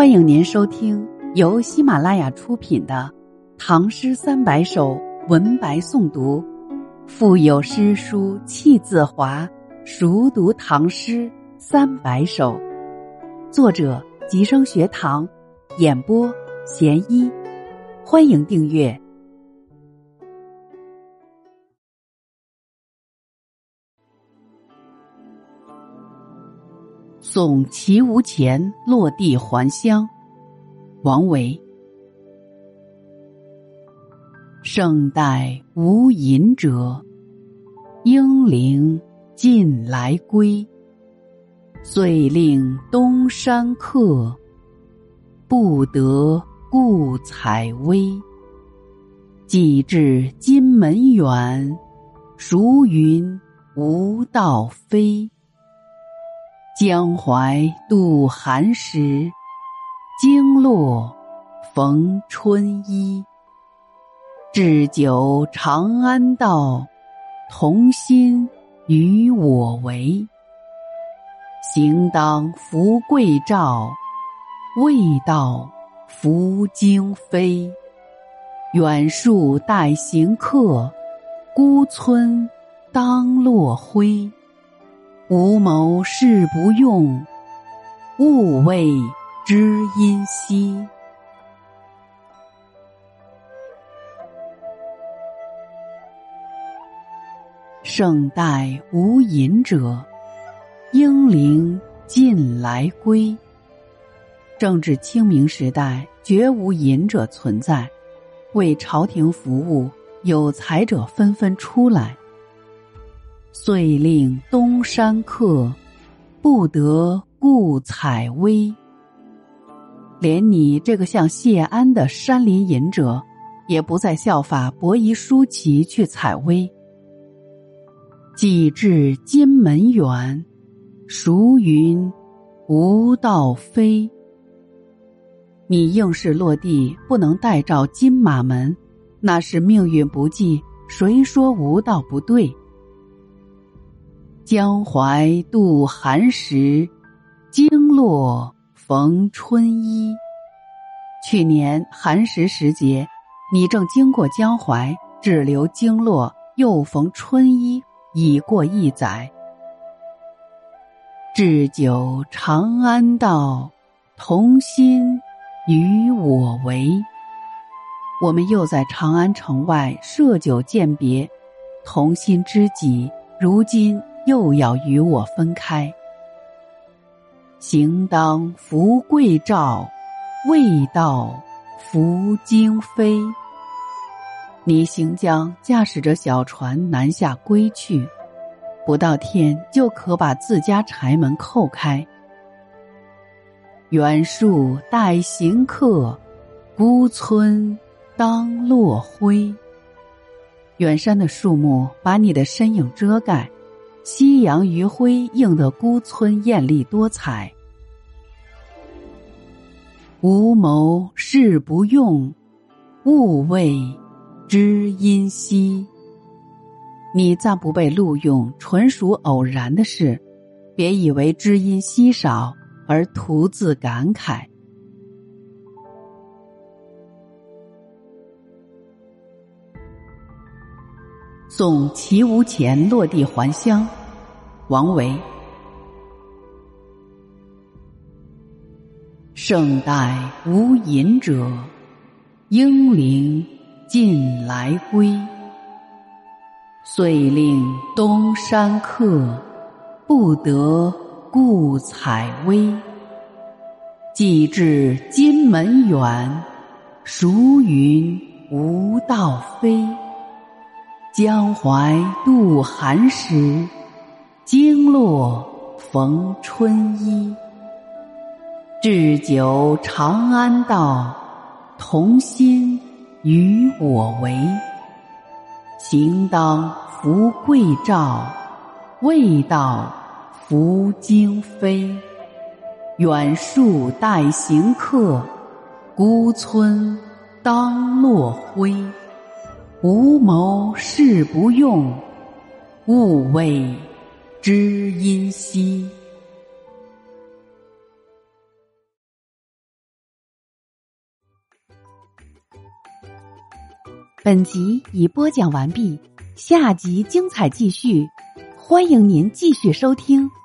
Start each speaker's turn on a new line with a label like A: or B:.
A: 欢迎您收听由喜马拉雅出品的《唐诗300首》文白诵读，腹有诗书气自华，熟读唐诗300首。作者吉生学堂，演播贤一。欢迎订阅。送齐吴前落地还乡，王维。胜代无隐者，应陵尽来归。遂令东山客，不得故采薇。既至金门远，孰云无道飞。江淮渡寒食，经络逢春衣。置酒长安道，同心与我为。行当扶桂棹，未到扶荆飞。远戍待行客，孤村当落晖。无谋事不用，勿谓知音稀。胜代无隐者，应陵尽来归。正值清明时代，绝无隐者存在，为朝廷服务，有才者纷纷出来。遂令东山客，不得故采薇。连你这个像谢安的山林隐者，也不再效法伯夷叔齐去采薇。既至金门远，孰云无道飞。你应试落地不能代召金马门，那是命运不济，谁说无道不对？江淮渡寒食，经络逢春衣。去年寒食时节，你正经过江淮，只留经络，又逢春衣，已过一载。置酒长安道，同心与我为。我们又在长安城外设酒饯别，同心知己，如今又要与我分开。行当扶桂棹，未到扶荆飞。你行将驾驶着小船南下归去，不到天就可把自家柴门扣开。远戍待行客，孤村当落晖。远山的树木把你的身影遮盖，夕阳余晖映得孤村艳丽多彩。无谋事不用，勿谓知音稀。你暂不被录用，纯属偶然的事，别以为知音稀少而徒自感慨。送齐吴前落地还乡，王维。胜代无隐者，应陵尽来归。遂令东山客，不得故采薇。既至金门远，孰云无道飞。江淮渡寒食，经络逢春衣。置酒长安道，同心与我为。行当扶桂棹，未到扶荆飞。远戍待行客，孤村当落晖。无谋事不用，勿谓知音稀。 本集已播讲完毕，下集精彩继续，欢迎您继续收听。